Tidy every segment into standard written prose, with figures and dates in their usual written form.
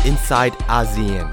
inside ASEAN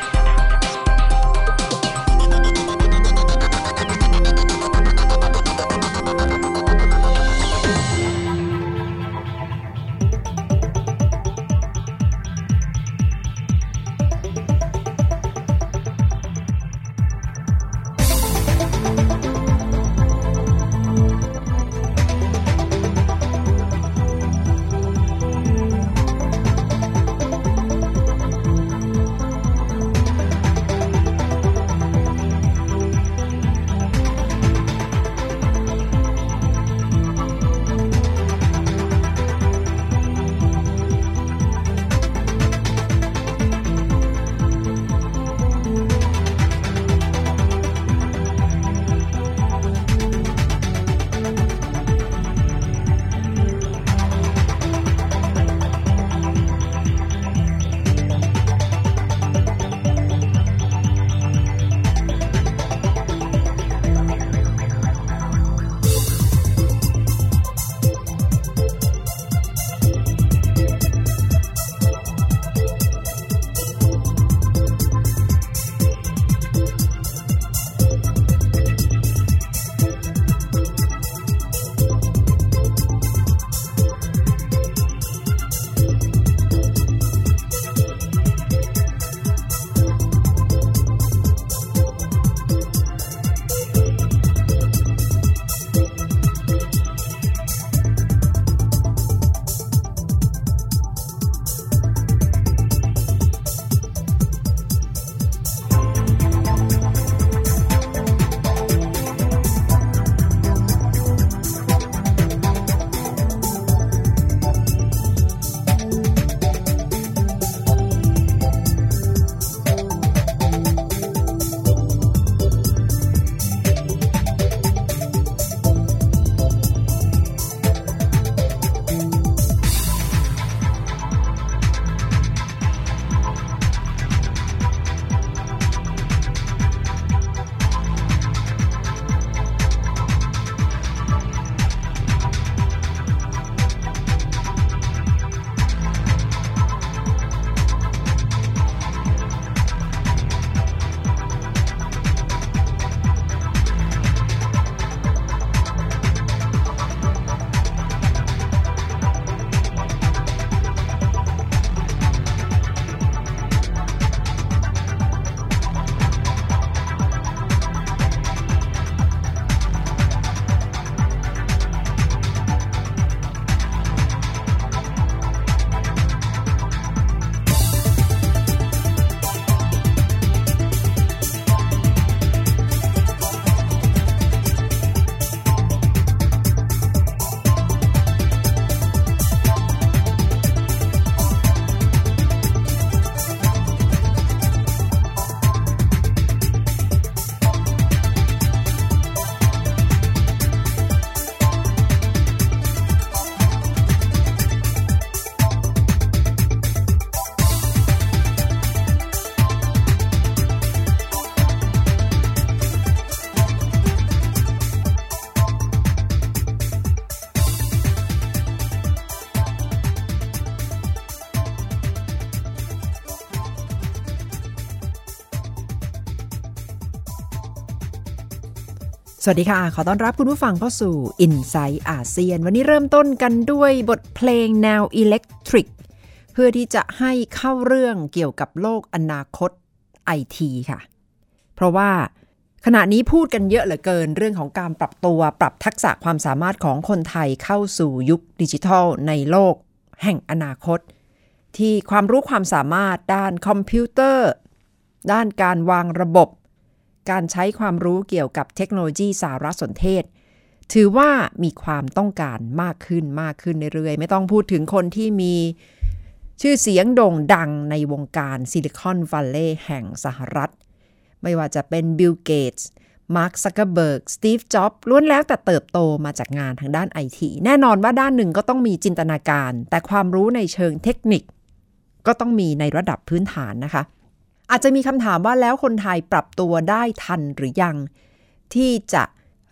สวัสดีค่ะขอต้อนรับคุณผู้ฟังเข้าสู่ Inside ASEAN วันนี้เริ่มต้นกันด้วยบทเพลงแนวอิเล็กทริกเพื่อที่จะให้เข้าเรื่องเกี่ยวกับโลกอนาคต IT ค่ะเพราะว่าขณะนี้พูดกันเยอะเหลือเกินเรื่องของการปรับตัวปรับทักษะความสามารถของคนไทยเข้าสู่ยุคดิจิทัลในโลกแห่งอนาคตที่ความรู้ความสามารถด้านคอมพิวเตอร์ด้านการวางระบบการใช้ความรู้เกี่ยวกับเทคโนโลยีสารสนเทศถือว่ามีความต้องการมากขึ้นเรื่อยๆไม่ต้องพูดถึงคนที่มีชื่อเสียงโด่งดังในวงการซิลิคอนวัลเลย์แห่งสหรัฐไม่ว่าจะเป็นบิล เกตส์มาร์ค ซักเคอร์เบิร์ก สตีฟ จ็อบส์ล้วนแล้วแต่เติบโตมาจากงานทางด้าน IT แน่นอนว่าด้านหนึ่งก็ต้องมีจินตนาการแต่ความรู้ในเชิงเทคนิคก็ต้องมีในระดับพื้นฐานนะคะอาจจะมีคำถามว่าแล้วคนไทยปรับตัวได้ทันหรือยังที่จะ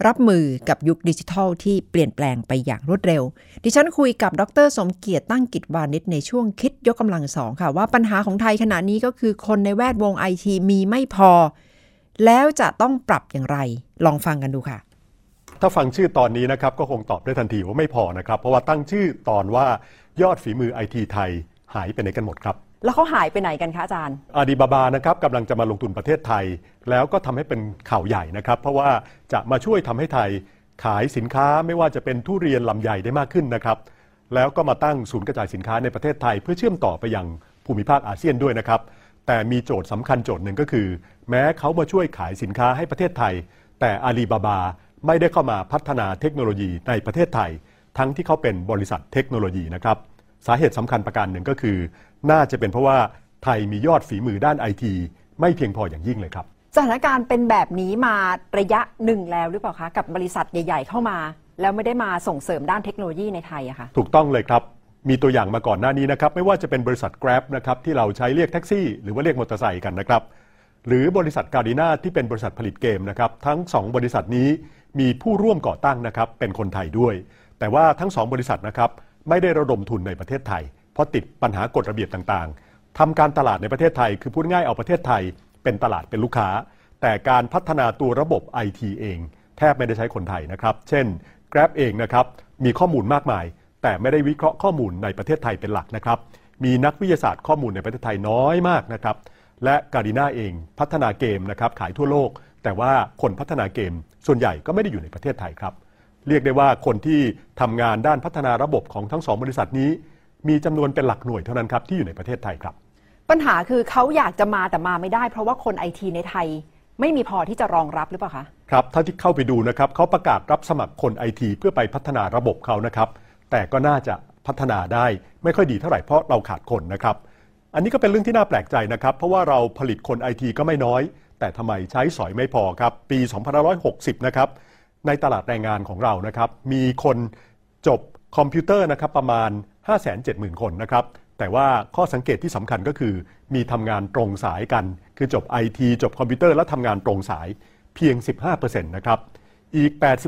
รับมือกับยุคดิจิทัลที่เปลี่ยนแปลงไปอย่างรวดเร็วดิฉันคุยกับดร.สมเกียรติตั้งกิจวานิชในช่วงคิดยกกำลังสองค่ะว่าปัญหาของไทยขณะนี้ก็คือคนในแวดวงไอทีมีไม่พอแล้วจะต้องปรับอย่างไรลองฟังกันดูค่ะถ้าฟังชื่อตอนนี้นะครับก็คงตอบได้ทันทีว่าไม่พอนะครับเพราะว่าตั้งชื่อตอนว่ายอดฝีมือไอทีไทยหายไปไหนกันหมดครับแล้วเขาหายไปไหนกันคะอาจารย์อาลีบาบานะครับกำลังจะมาลงทุนประเทศไทยแล้วก็ทำให้เป็นข่าวใหญ่นะครับเพราะว่าจะมาช่วยทำให้ไทยขายสินค้าไม่ว่าจะเป็นทุเรียนลำไยได้มากขึ้นนะครับแล้วก็มาตั้งศูนย์กระจายสินค้าในประเทศไทยเพื่อเชื่อมต่อไปยังภูมิภาคอาเซียนด้วยนะครับแต่มีโจทย์สำคัญโจทย์หนึ่งก็คือแม้เขามาช่วยขายสินค้าให้ประเทศไทยแต่อาลีบาบาไม่ได้เข้ามาพัฒนาเทคโนโลยีในประเทศไทยทั้งที่เขาเป็นบริษัทเทคโนโลยีนะครับสาเหตุสำคัญประการหนึ่งก็คือน่าจะเป็นเพราะว่าไทยมียอดฝีมือด้านไอทีไม่เพียงพออย่างยิ่งเลยครับสถานการณ์เป็นแบบนี้มาระยะหนึ่งแล้วหรือเปล่าคะกับบริษัทใหญ่ๆเข้ามาแล้วไม่ได้มาส่งเสริมด้านเทคโนโลยีในไทยอะค่ะถูกต้องเลยครับมีตัวอย่างมาก่อนหน้านี้นะครับไม่ว่าจะเป็นบริษัท Grab นะครับที่เราใช้เรียกแท็กซี่หรือว่าเรียกมอเตอร์ไซค์กันนะครับหรือบริษัทการีนาที่เป็นบริษัทผลิตเกมนะครับทั้ง2บริษัทนี้มีผู้ร่วมก่อตั้งนะครับเป็นคนไทยด้วยแต่ว่าทั้ง2บริษัทนะครับไม่ได้ระดมทุนในประเทศไทยเพราะติดปัญหากฎระเบียบต่างๆทำการตลาดในประเทศไทยคือพูดง่ายเอาประเทศไทยเป็นตลาดเป็นลูกค้าแต่การพัฒนาตัวระบบ IT เองแทบไม่ได้ใช้คนไทยนะครับเช่น Grab เองนะครับมีข้อมูลมากมายแต่ไม่ได้วิเคราะห์ข้อมูลในประเทศไทยเป็นหลักนะครับมีนักวิทยาศาสตร์ข้อมูลในประเทศไทยน้อยมากนะครับและการีนาเองพัฒนาเกมนะครับขายทั่วโลกแต่ว่าคนพัฒนาเกมส่วนใหญ่ก็ไม่ได้อยู่ในประเทศไทยครับเรียกได้ว่าคนที่ทำงานด้านพัฒนาระบบของทั้ง2บริษัทนี้มีจำนวนเป็นหลักหน่วยเท่านั้นครับที่อยู่ในประเทศไทยครับปัญหาคือเขาอยากจะมาแต่มาไม่ได้เพราะว่าคนไอทีในไทยไม่มีพอที่จะรองรับหรือเปล่าคะครับถ้าที่เข้าไปดูนะครับเขาประกาศรับสมัครคนไอทีเพื่อไปพัฒนาระบบเขานะครับแต่ก็น่าจะพัฒนาได้ไม่ค่อยดีเท่าไหร่เพราะเราขาดคนนะครับอันนี้ก็เป็นเรื่องที่น่าแปลกใจนะครับเพราะว่าเราผลิตคนไอทีก็ไม่น้อยแต่ทำไมใช้สอยไม่พอครับปี2560นะครับในตลาดแรงงานของเรานะครับมีคนจบคอมพิวเตอร์นะครับประมาณ 570,000 คนนะครับแต่ว่าข้อสังเกตที่สำคัญก็คือมีทำงานตรงสายกันคือจบ IT จบคอมพิวเตอร์แล้วทำงานตรงสายเพียง 15% นะครับอีก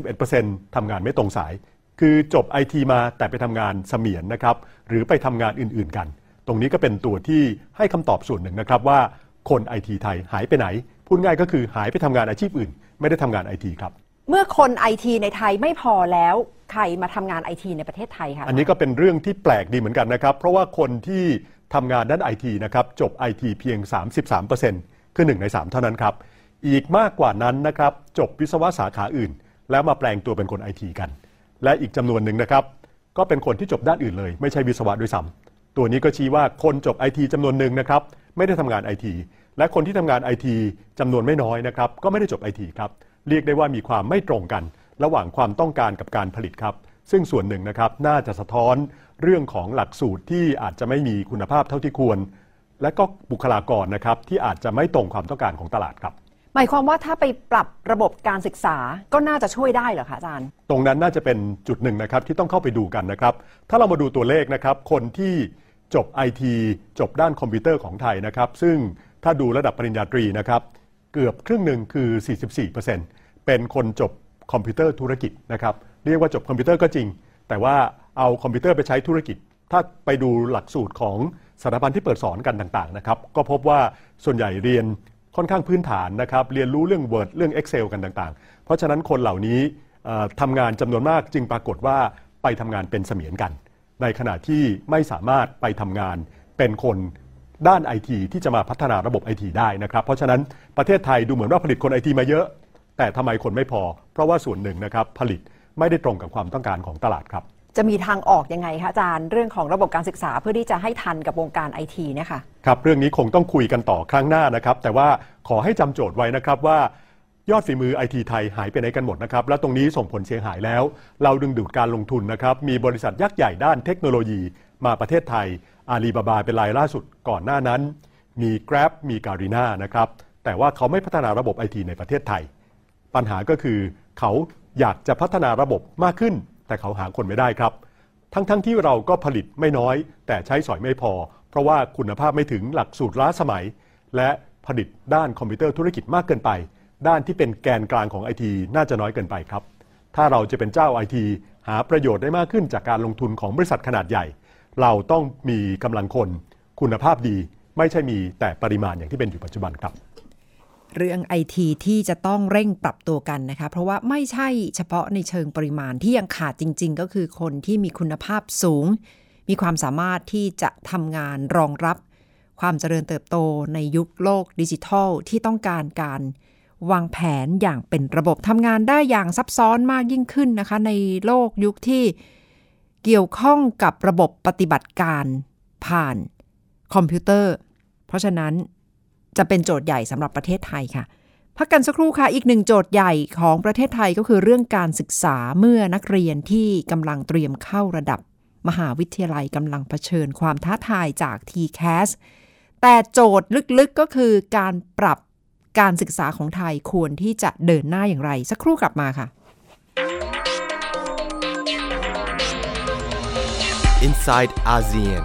81% ทำงานไม่ตรงสายคือจบ IT มาแต่ไปทำงานเสมียนนะครับหรือไปทำงานอื่นๆกันตรงนี้ก็เป็นตัวที่ให้คำตอบส่วนหนึ่งนะครับว่าคน IT ไทยหายไปไหนพูดง่ายก็คือหายไปทำงานอาชีพอื่นไม่ได้ทำงาน IT ครับเมื่อคน IT ในไทยไม่พอแล้วใครมาทำงาน IT ในประเทศไทยคะอันนี้ก็เป็นเรื่องที่แปลกดีเหมือนกันนะครับเพราะว่าคนที่ทำงานด้าน IT นะครับจบ IT เพียง 33% คือ1ใน3เท่านั้นครับอีกมากกว่านั้นนะครับจบวิศวะสาขาอื่นแล้วมาแปลงตัวเป็นคน IT กันและอีกจำนวนหนึ่งนะครับก็เป็นคนที่จบด้านอื่นเลยไม่ใช่วิศวะด้วยซ้ำตัวนี้ก็ชี้ว่าคนจบ IT จำนวนหนึ่งนะครับไม่ได้ทำงาน IT และคนที่ทำงาน IT จำนวนไม่น้อยนะครับก็ไม่ได้จบ IT ครับเรียกได้ว่ามีความไม่ตรงกันระหว่างความต้องการกับการผลิตครับซึ่งส่วนหนึ่งนะครับน่าจะสะท้อนเรื่องของหลักสูตรที่อาจจะไม่มีคุณภาพเท่าที่ควรและก็บุคลากรนะครับที่อาจจะไม่ตรงความต้องการของตลาดครับหมายความว่าถ้าไปปรับระบบการศึกษาก็น่าจะช่วยได้เหรอคะอาจารย์ตรงนั้นน่าจะเป็นจุดหนึ่งนะครับที่ต้องเข้าไปดูกันนะครับถ้าเรามาดูตัวเลขนะครับคนที่จบ IT จบด้านคอมพิวเตอร์ของไทยนะครับซึ่งถ้าดูระดับปริญญาตรีนะครับเกือบครึ่งหนึ่งคือ 44% เป็นคนจบคอมพิวเตอร์ธุรกิจนะครับเรียกว่าจบคอมพิวเตอร์ก็จริงแต่ว่าเอาคอมพิวเตอร์ไปใช้ธุรกิจถ้าไปดูหลักสูตรของสถาบันที่เปิดสอนกันต่างๆนะครับก็พบว่าส่วนใหญ่เรียนค่อนข้างพื้นฐานนะครับเรียนรู้เรื่อง Word เรื่อง Excel กันต่างๆเพราะฉะนั้นคนเหล่านี้ทำงานจำนวนมากจึงปรากฏว่าไปทำงานเป็นเสมียนกันในขณะที่ไม่สามารถไปทำงานเป็นคนด้าน IT ที่จะมาพัฒนาระบบ IT ได้นะครับเพราะฉะนั้นประเทศไทยดูเหมือนว่าผลิตคน IT มาเยอะแต่ทำไมคนไม่พอเพราะว่าส่วนหนึ่งนะครับผลิตไม่ได้ตรงกับความต้องการของตลาดครับจะมีทางออกยังไงคะอาจารย์เรื่องของระบบการศึกษาเพื่อที่จะให้ทันกับวงการ IT เนี่ยค่ะครับเรื่องนี้คงต้องคุยกันต่อครั้งหน้านะครับแต่ว่าขอให้จำโจทย์ไว้นะครับว่ายอดฝีมือ IT ไทยหายไปไหนกันหมดนะครับและตรงนี้ส่งผลเสียหายแล้วเราดึงดูดการลงทุนนะครับมีบริษัทยักษ์ใหญ่ด้านเทคโนโลยีมาประเทศไทยอาลีบาบาเป็นรายล่าสุดก่อนหน้านั้นมี Grab มีการีนานะครับแต่ว่าเขาไม่พัฒนาระบบ IT ในประเทศไทยปัญหาก็คือเขาอยากจะพัฒนาระบบมากขึ้นแต่เขาหาคนไม่ได้ครับทั้งที่เราก็ผลิตไม่น้อยแต่ใช้สอยไม่พอเพราะว่าคุณภาพไม่ถึงหลักสูตรล้าสมัยและผลิตด้านคอมพิวเตอร์ธุรกิจมากเกินไปด้านที่เป็นแกนกลางของ IT น่าจะน้อยเกินไปครับถ้าเราจะเป็นเจ้า IT หาประโยชน์ได้มากขึ้นจากการลงทุนของบริษัทขนาดใหญ่เราต้องมีกำลังคนคุณภาพดีไม่ใช่มีแต่ปริมาณอย่างที่เป็นอยู่ปัจจุบันครับเรื่อง IT ที่จะต้องเร่งปรับตัวกันนะคะเพราะว่าไม่ใช่เฉพาะในเชิงปริมาณที่ยังขาดจริงๆก็คือคนที่มีคุณภาพสูงมีความสามารถที่จะทำงานรองรับความเจริญเติบโตในยุคโลกดิจิทัลที่ต้องการวางแผนอย่างเป็นระบบทำงานได้อย่างซับซ้อนมากยิ่งขึ้นนะคะในโลกยุคที่เกี่ยวข้องกับระบบปฏิบัติการผ่านคอมพิวเตอร์เพราะฉะนั้นจะเป็นโจทย์ใหญ่สำหรับประเทศไทยค่ะพักกันสักครู่ค่ะอีกหนึ่งโจทย์ใหญ่ของประเทศไทยก็คือเรื่องการศึกษาเมื่อนักเรียนที่กำลังเตรียมเข้าระดับมหาวิทยาลัยกำลังเผชิญความท้าทายจาก TCAS แต่โจทย์ลึกๆก็คือการปรับการศึกษาของไทยควรที่จะเดินหน้าอย่างไรสักครู่กลับมาค่ะ Inside ASEAN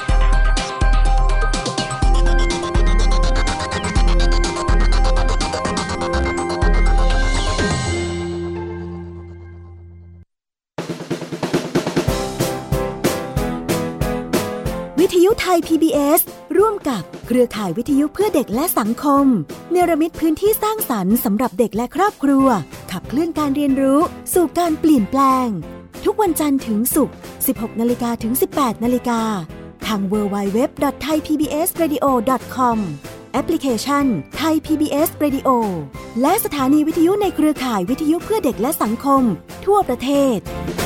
วิทยุไทย PBS ร่วมกับเครือข่ายวิทยุเพื่อเด็กและสังคมเนรมิตพื้นที่สร้างสรรค์สำหรับเด็กและครอบครัวขับเคลื่อนการเรียนรู้สู่การเปลี่ยนแปลงทุกวันจันทร์ถึงศุกร์ 16:00 นถึง 18:00 นทาง www.thaipbsradio.com แอปพลิเคชัน Thai PBS Radio และสถานีวิทยุในเครือข่ายวิทยุเพื่อเด็กและสังคมทั่วประเทศ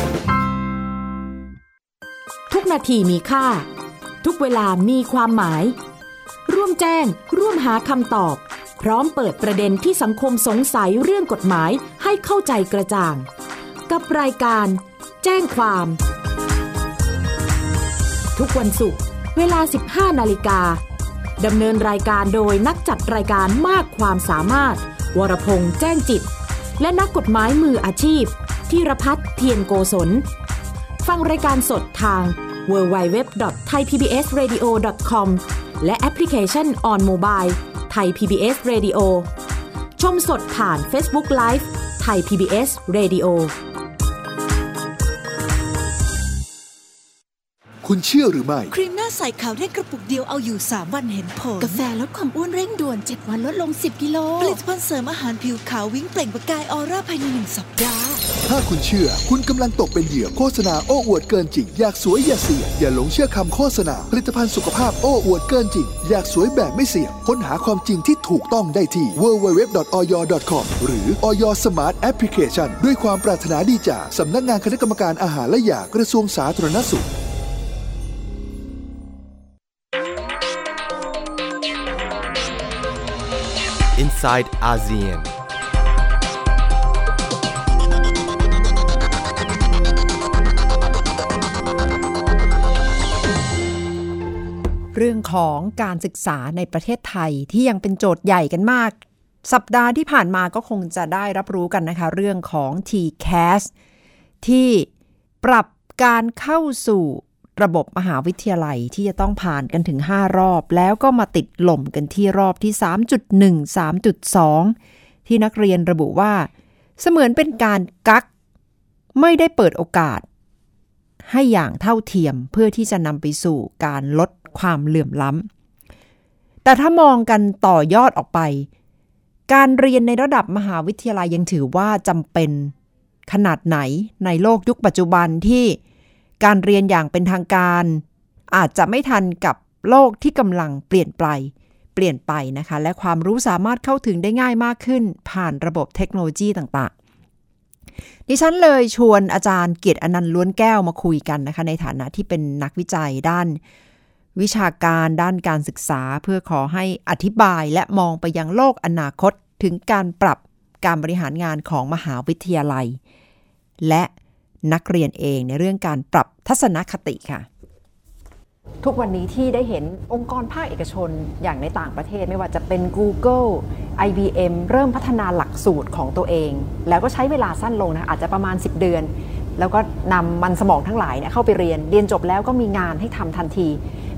ทุกนาทีมีค่าทุกเวลามีความหมายร่วมแจ้งร่วมหาคำตอบพร้อมเปิดประเด็นที่สังคมสงสัยเรื่องกฎหมายให้เข้าใจกระจ่างกับรายการแจ้งความทุกวันศุกร์เวลา 15:00 น.ดำเนินรายการโดยนักจัดรายการมากความสามารถวรพงษ์แจ้งจิตและนักกฎหมายมืออาชีพธีรพัฒน์เทียนโกศลฟังรายการสดทางwww.thaipbsradio.com และแอปพลิเคชัน on mobile Thai PBS Radio ชมสดผ่าน Facebook Live Thai PBS Radio คุณเชื่อหรือไม่ครีมหน้าใสขาวเร่งกระปุกเดียวเอาอยู่3วันเห็นผลกาแฟลดความอ้วนเร่งด่วน7วันลดลง10 กิโลผลิตภัณฑ์เสริมอาหารผิวขาววิ่งเปล่งประกายออร่าภายใน1 สัปดาห์ถ้าคุณเชื่อคุณกำลังตกเป็นเหยื่อโฆษณาโอ้อวดเกินจริงอยากสวยอย่าเสี่ยงอย่าหลงเชื่อคำโฆษณาผลิตภัณฑ์สุขภาพโอ้อวดเกินจริงอยากสวยแบบไม่เสี่ยงค้นหาความจริงที่ถูกต้องได้ที่ www.oyo.com หรือ Oyo Smart Application ด้วยความปรารถนาดีจากสำนักงานคณะกรรมการอาหารและยากระทรวงสาธารณสุข Inside ASEAN เรื่องของการศึกษาในประเทศไทยที่ยังเป็นโจทย์ใหญ่กันมากสัปดาห์ที่ผ่านมาก็คงจะได้รับรู้กันนะคะเรื่องของ TCAS ที่ปรับการเข้าสู่ระบบมหาวิทยาลัยที่จะต้องผ่านกันถึง5รอบแล้วก็มาติดหล่มกันที่รอบที่ 3.1 3.2 ที่นักเรียนระบุว่าเสมือนเป็นการกักไม่ได้เปิดโอกาสให้อย่างเท่าเทียมเพื่อที่จะนำไปสู่การลดความเหลื่อมล้ำแต่ถ้ามองกันต่อยอดออกไปการเรียนในระดับมหาวิทยาลัยยังถือว่าจำเป็นขนาดไหนในโลกยุคปัจจุบันที่การเรียนอย่างเป็นทางการอาจจะไม่ทันกับโลกที่กำลังเปลี่ยนไปนะคะและความรู้สามารถเข้าถึงได้ง่ายมากขึ้นผ่านระบบเทคโนโลยีต่างๆดิฉันเลยชวนอาจารย์เกียรติอนันต์ล้วนแก้วมาคุยกันนะคะในฐานะที่เป็นนักวิจัยด้านวิชาการด้านการศึกษาเพื่อขอให้อธิบายและมองไปยังโลกอนาคตถึงการปรับการบริหารงานของมหาวิทยาลัยและนักเรียนเองในเรื่องการปรับทัศนคติค่ะทุกวันนี้ที่ได้เห็นองค์กรภาคเอกชนอย่างในต่างประเทศไม่ว่าจะเป็น Google IBM เริ่มพัฒนาหลักสูตรของตัวเองแล้วก็ใช้เวลาสั้นลงนะอาจจะประมาณ10 เดือนแล้วก็นำมันสมองทั้งหลายเนี่ยเข้าไปเรียนจบแล้วก็มีงานให้ทำทันที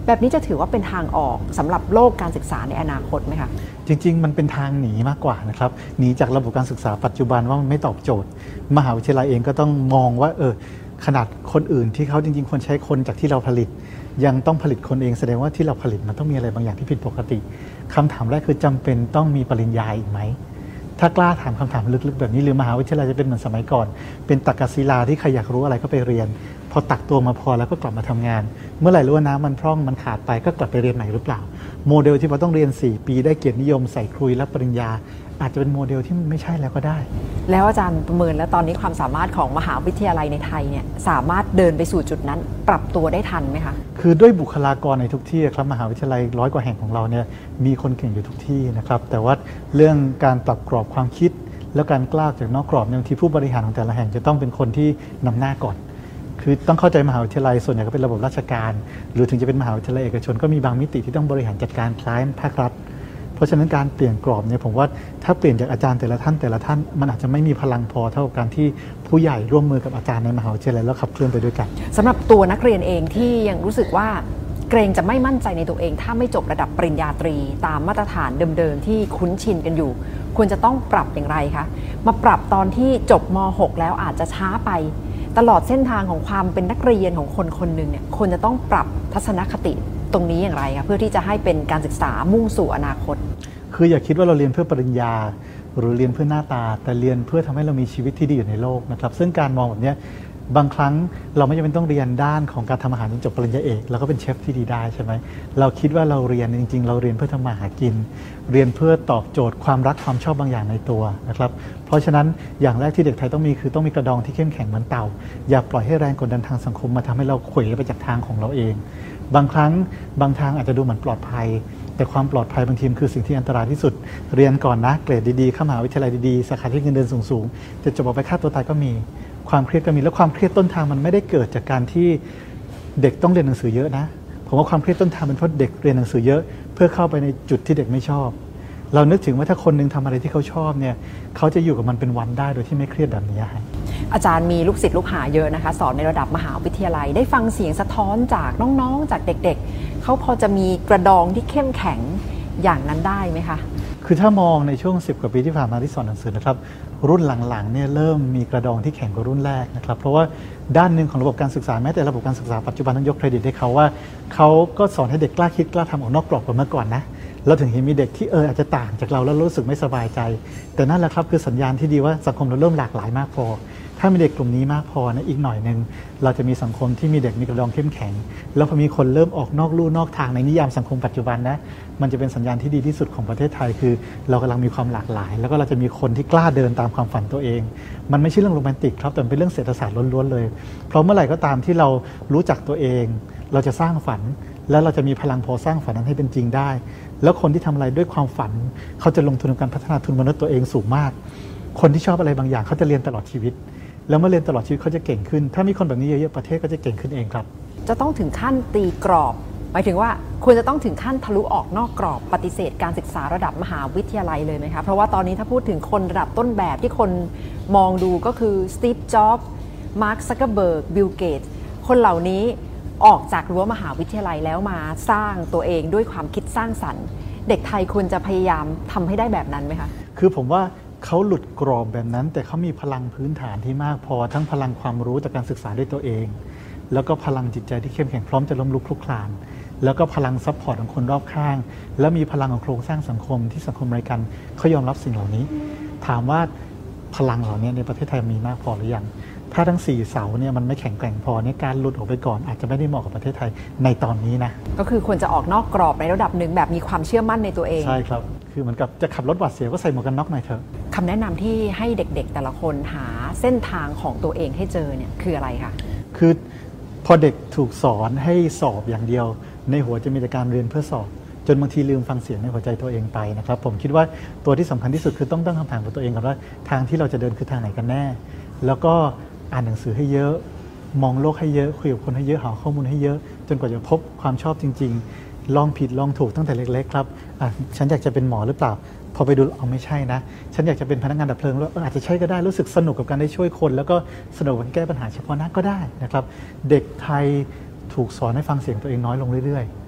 แบบนี้จะถือว่าเป็นทางออกสำหรับโลกการศึกษาในอนาคตไหมคะจริงๆมันเป็นทางหนีมากกว่านะครับหนีจากระบบการศึกษาปัจจุบันว่ามันไม่ตอบโจทย์มหาวิทยาลัยเองก็ต้องมองว่าขนาดคนอื่นที่เขาจริงๆควรใช้คนจากที่เราผลิตยังต้องผลิตคนเองแสดงว่าที่เราผลิตมันต้องมีอะไรบางอย่างที่ผิดปกติคำถามแรกคือจำเป็นต้องมีปริญญาอีกไหมถ้ากล้าถามคำถามลึกๆแบบนี้หรือมหาวิทยาลัยจะเป็นเหมือนสมัยก่อนเป็นตรรกศิลาที่ใครอยากรู้อะไรก็ไปเรียนพอตักตัวมาพอแล้วก็กลับมาทำงานเมื่อไหร่รู้ว่าน้ำมันพร่องมันขาดไปก็กลับไปเรียนใหม่หรือเปล่าโมเดลที่เราต้องเรียน4ปีได้เกียรตินิยมใส่ครุยรับปริญญาอาจจะเป็นโมเดลที่ไม่ใช่แล้วก็ได้แล้วอาจารย์ประเมินแล้วตอนนี้ความสามารถของมหาวิทยาลัยในไทยเนี่ยสามารถเดินไปสู่จุดนั้นปรับตัวได้ทันไหมคะคือด้วยบุคลากรในทุกที่ครับมหาวิทยาลัย100 กว่าแห่งของเราเนี่ยมีคนเก่งอยู่ทุกที่นะครับแต่ว่าเรื่องการปรับกรอบความคิดแล้วการกล้าจากนอกกรอบบางทีผู้บริหารของแต่ละแห่งจะต้องเป็นคนที่นำหน้าก่อนคือต้องเข้าใจมหาวิทยาลัยส่วนใหญ่ก็เป็นระบบราชการหรือถึงจะเป็นมหาวิทยาลัยเอกชนก็มีบางมิติที่ต้องบริหารจัดการคล้ายภาครัฐเพราะฉะนั้นการเปลี่ยนกรอบเนี่ยผมว่าถ้าเปลี่ยนจากอาจารย์แต่ละท่านมันอาจจะไม่มีพลังพอเท่ากับการที่ผู้ใหญ่ร่วมมือกับอาจารย์ในมหาวิทยาลัยแล้วขับเคลื่อนไปด้วยกันสำหรับตัวนักเรียนเองที่ยังรู้สึกว่าเกรงจะไม่มั่นใจในตัวเองถ้าไม่จบระดับปริญญาตรีตามมาตรฐานเดิมๆที่คุ้นชินกันอยู่ควรจะต้องปรับอย่างไรคะมาปรับตอนที่จบม.6 แล้วอาจจะช้าไปตลอดเส้นทางของความเป็นนักเรียนของคนคนหนึ่งเนี่ยควรจะต้องปรับทัศนคติตรงนี้อย่างไรคะเพื่อที่จะให้เป็นการศึกษามุ่งสู่อนาคตคืออย่าคิดว่าเราเรียนเพื่อปริญญาหรือเรียนเพื่อหน้าตาแต่เรียนเพื่อทำให้เรามีชีวิตที่ดีอยู่ในโลกนะครับซึ่งการมองแบบนี้บางครั้งเราไม่จำเป็นต้องเรียนด้านของการทำอาหารจนจบปริญญาเอกเราก็เป็นเชฟที่ดีได้ใช่ไหมเราคิดว่าเราเรียนจริงๆเราเรียนเพื่อทำมาหากินเรียนเพื่อตอบโจทย์ความรักความชอบบางอย่างในตัวนะครับเพราะฉะนั้นอย่างแรกที่เด็กไทยต้องมีคือต้องมีกระดองที่เข้มแข็งเหมือนเต่าอย่าปล่อยให้แรงกดดันทางสังคมมาทำให้เราเขวไปจากทางของเราเองบางครั้งบางทางอาจจะดูเหมือนปลอดภัยแต่ความปลอดภัยบางทีคือสิ่งที่อันตรายที่สุดเรียนก่อนนะเกรดดีๆเข้ามหาวิทยาลัยดีๆสาขาที่เงินเดือนสูงๆจะจบออกไปฆ่าตัวตายก็มีความเครียดก็มีแล้วความเครียดต้นทางมันไม่ได้เกิดจากการที่เด็กต้องเรียนหนังสือเยอะนะผมว่าความเครียดต้นทางเป็นเพราะเด็กเรียนหนังสือเยอะเพื่อเข้าไปในจุดที่เด็กไม่ชอบเรานึกถึงว่าถ้าคนนึงทำอะไรที่เขาชอบเนี่ยเขาจะอยู่กับมันเป็นวันได้โดยที่ไม่เครียดแบบนี้ครับอาจารย์มีลูกศิษย์ลูกหาเยอะนะคะสอนในระดับมหาวิทยาลัยได้ฟังเสียงสะท้อนจากน้องๆจากเด็กๆเขาพอจะมีกระดองที่เข้มแข็งอย่างนั้นได้ไหมคะคือถ้ามองในช่วง10 กว่าปีที่ผ่านมาที่สอนหนังสือนะครับรุ่นหลังๆเนี่ยเริ่มมีกระดองที่แข็งกว่ารุ่นแรกนะครับเพราะว่าด้านหนึ่งของระบบการศึกษาแม้แต่ระบบการศึกษาปัจจุบันต้องยกเครดิตให้เขาว่าเขาก็สอนให้เด็กกล้าคิดกล้าทำออกนอกกรอบกว่าเมื่อก่อนนะเราถึงเห็นมีเด็กที่อาจจะต่างจากเราแล้วรู้สึกไม่สบายใจแต่นั่นแหละครับคือสัญญาณที่ดีว่าสังคมเราเริ่มหลากหลายมากพอถ้ามีเด็กกลุ่มนี้มากพอนะอีกหน่อยนึงเราจะมีสังคมที่มีเด็กมีกระดองเข้มแข็งแล้วพอมีคนเริ่มออกนอกลู่นอกทางในนิยามสังคมปัจจุบันนะมันจะเป็นสัญญาณที่ดีที่สุดของประเทศไทยคือเรากำลังมีความหลากหลายแล้วก็เราจะมีคนที่กล้าเดินตามความฝันตัวเองมันไม่ใช่เรื่องโรแมนติกครับแต่เป็นเรื่องเศรษฐศาสตร์ล้วนๆเลยเพราะเมื่อไหร่ก็ตามที่เรารู้จักตัวเองเราจะสร้างฝันแล้วเราจะมีพลังพอสร้างฝันนั้นให้เป็นจริงได้แล้วคนที่ทำอะไรด้วยความฝันเขาจะลงทุนในการพัฒนาทุนมนุษย์ตัวเองสูงมากคนที่ชอบอะไรบางอย่างเขาจะเรียนตลอดชีวิตแล้วเมื่อเรียนตลอดชีวิตเขาจะเก่งขึ้นถ้ามีคนแบบนี้เยอะๆประเทศก็จะเก่งขึ้นเองครับจะต้องถึงขั้นตีกรอบหมายถึงว่าควรจะต้องถึงขั้นทะลุออกนอกกรอบปฏิเสธการศึกษาระดับมหาวิทยาลัยเลยไหมคะเพราะว่าตอนนี้ถ้าพูดถึงคนระดับต้นแบบที่คนมองดูก็คือสตีฟ จ็อบส์ มาร์ค ซักเคอร์เบิร์ก บิล เกตส์คนเหล่านี้ออกจากรั้วมหาวิทยาลัยแล้วมาสร้างตัวเองด้วยความคิดสร้างสรรค์เด็กไทยควรจะพยายามทำให้ได้แบบนั้นไหมคะคือผมว่าเขาหลุดกรอบแบบนั้นแต่เขามีพลังพื้นฐานที่มากพอทั้งพลังความรู้จากการศึกษาด้วยตัวเองแล้วก็พลังจิตใจที่เข้มแข็งพร้อมจะล้มลุกคลุกคลานแล้วก็พลังซัพพอร์ตของคนรอบข้างแล้วมีพลังของโครงสร้างสังคมที่สังคมอเมริกันเขายอมรับสิ่งเหล่านี้ถามว่าพลังเหล่านี้ในประเทศไทยมีมากพอหรือยังถ้าทั้ง4เสาเนี่ยมันไม่แข็งแกร่งพอเนี่ยการหลุดออกไปก่อนอาจจะไม่ได้เหมาะกับประเทศไทยในตอนนี้นะก็คือควรจะออกนอกกรอบในระดับหนึ่งแบบมีความเชื่อมั่นในตัวเองใช่ครับคือเหมือนกับจะขับรถหวาดเสียวก็ใส่หมวกกันน็อกหน่อยเถอะคำแนะนำที่ให้เด็กๆแต่ละคนหาเส้นทางของตัวเองให้เจอเนี่ยคืออะไรคะคือพอเด็กถูกสอนให้สอบอย่างเดียวในหัวจะมีแต่การเรียนเพื่อสอบจนบางทีลืมฟังเสียงในหัวใจตัวเองไปนะครับผมคิดว่าตัวที่สำคัญที่สุดคือต้องตั้งคำถามกับตัวเองก่อนว่าทางที่เราจะเดินคือทางไหนกันแน่แล้วก็อ่านหนังสือให้เยอะมองโลกให้เยอะคุยกับคนให้เยอะหาข้อมูลให้เยอะจนกว่าจะพบความชอบจริงๆลองผิดลองถูกตั้งแต่เล็กๆครับฉันอยากจะเป็นหมอหรือเปล่าพอไปดูเอาไม่ใช่นะฉันอยากจะเป็นพนักงานดับเพลิงแล้วอาจจะใช่ก็ได้รู้สึกสนุกกับการได้ช่วยคนแล้วก็สนุกกับการแก้ปัญหาเฉพาะหน้าก็ได้นะครับเด็กไทยถูกสอนให้ฟังเสียงตัวเองน้อยลงเรื่อย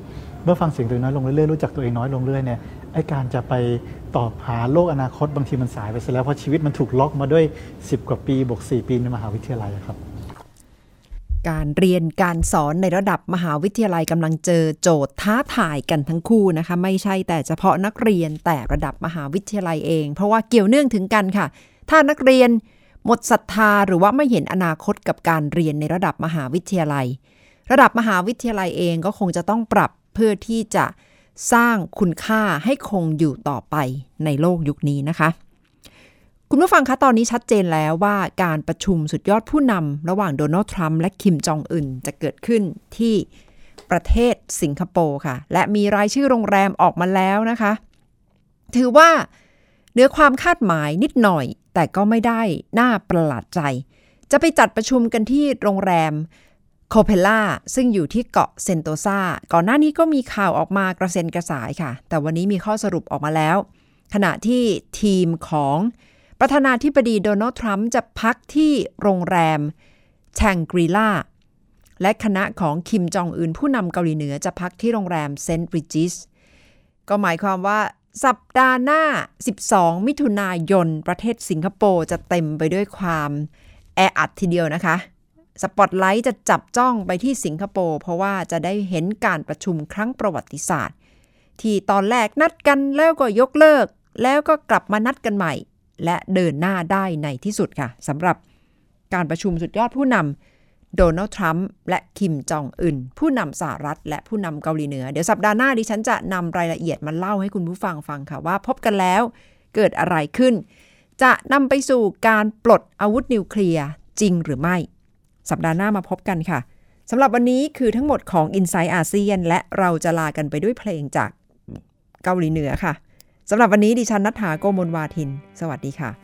เมื่อฟังเสียงตัวเองน้อยลงเรื่อยๆรู้จักตัวเองน้อยลงเรื่อยเนี่ยไอ้การจะไปตอบหาโลกอนาคตบางทีมันสายไปซะแล้วเพราะชีวิตมันถูกล็อกมาด้วย10 กว่าปีบวก4 ปีในมหาวิทยาลัยครับการเรียนการสอนในระดับมหาวิทยาลัยกำลังเจอโจทย์ท้าทายกันทั้งคู่นะคะไม่ใช่แต่เฉพาะนักเรียนแต่ระดับมหาวิทยาลัยเองเพราะว่าเกี่ยวเนื่องถึงกันค่ะถ้านักเรียนหมดศรัทธาหรือว่าไม่เห็นอนาคตกับการเรียนในระดับมหาวิทยาลัยระดับมหาวิทยาลัยเองก็คงจะต้องปรับเพื่อที่จะสร้างคุณค่าให้คงอยู่ต่อไปในโลกยุคนี้นะคะคุณผู้ฟังคะตอนนี้ชัดเจนแล้วว่าการประชุมสุดยอดผู้นำระหว่างโดนัลด์ทรัมป์และคิมจองอึนจะเกิดขึ้นที่ประเทศสิงคโปร์ค่ะและมีรายชื่อโรงแรมออกมาแล้วนะคะถือว่าเหนือความคาดหมายนิดหน่อยแต่ก็ไม่ได้น่าประหลาดใจจะไปจัดประชุมกันที่โรงแรมโคเพล่าซึ่งอยู่ที่เกาะเซนโตซาก่อนหน้านี้ก็มีข่าวออกมากระเซ็นกระสายค่ะแต่วันนี้มีข้อสรุปออกมาแล้วขณะที่ทีมของประธานาธิบดีโดนัลด์ทรัมป์จะพักที่โรงแรมแชงกรีล่าและคณะของคิมจองอึนผู้นำเกาหลีเหนือจะพักที่โรงแรมเซนต์ริจิสก็หมายความว่าสัปดาห์หน้า12มิถุนายนประเทศสิงคโปร์จะเต็มไปด้วยความแออัดทีเดียวนะคะสปอตไลท์จะจับจ้องไปที่สิงคโปร์เพราะว่าจะได้เห็นการประชุมครั้งประวัติศาสตร์ที่ตอนแรกนัดกันแล้วก็ยกเลิกแล้วก็กลับมานัดกันใหม่และเดินหน้าได้ในที่สุดค่ะสำหรับการประชุมสุดยอดผู้นำโดนัลด์ทรัมป์และคิมจองอึนผู้นำสหรัฐและผู้นำเกาหลีเหนือเดี๋ยวสัปดาห์หน้าดิฉันจะนำรายละเอียดมาเล่าให้คุณผู้ฟังฟังค่ะว่าพบกันแล้วเกิดอะไรขึ้นจะนำไปสู่การปลดอาวุธนิวเคลียร์จริงหรือไม่สัปดาห์หน้ามาพบกันค่ะสำหรับวันนี้คือทั้งหมดของ Inside ASEAN และเราจะลากันไปด้วยเพลงจากเกาหลีเหนือค่ะสำหรับวันนี้ดิฉันณัฐฐา โกมลวาทินสวัสดีค่ะ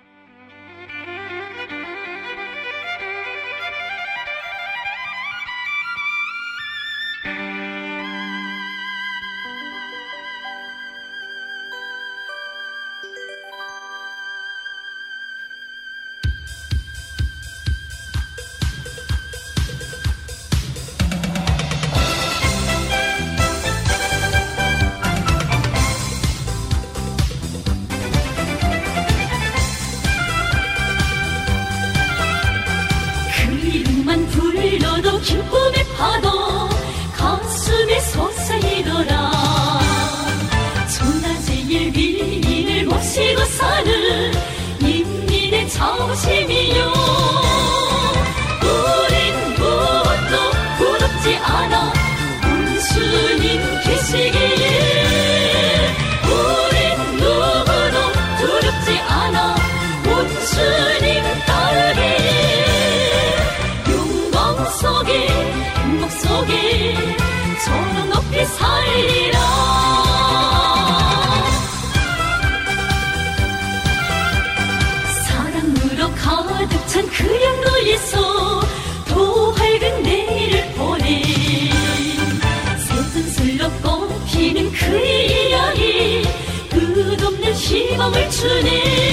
희망을 주네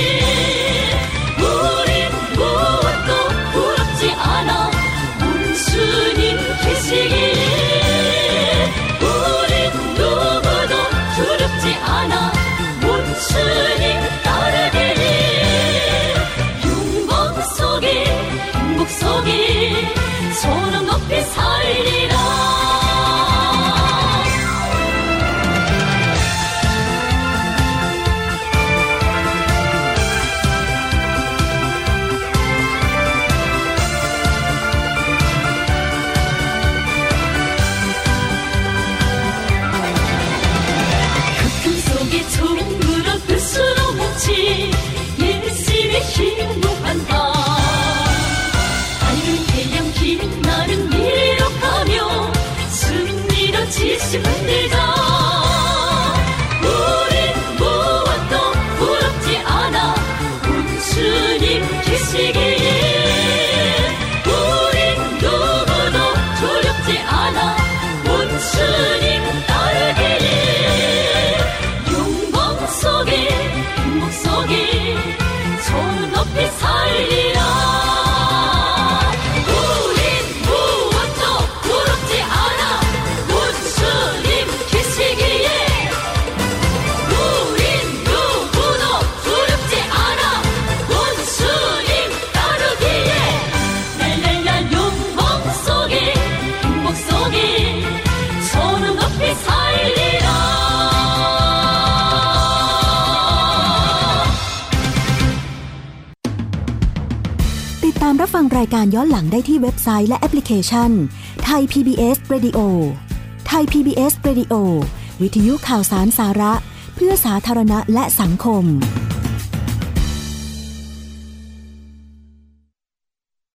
우린 무엇도 부럽지 않아 온수님 계시기에 우린 누구도 두렵지 않아 온수님 따르기에 영광 속에 행복 속에 소름 높이 살리라 รับฟังรายการย้อนหลังได้ที่เว็บไซต์และแอปพลิเคชัน Thai PBS Radio Thai PBS Radio วิทยุข่าวสารสาระเพื่อสาธารณะและสังคม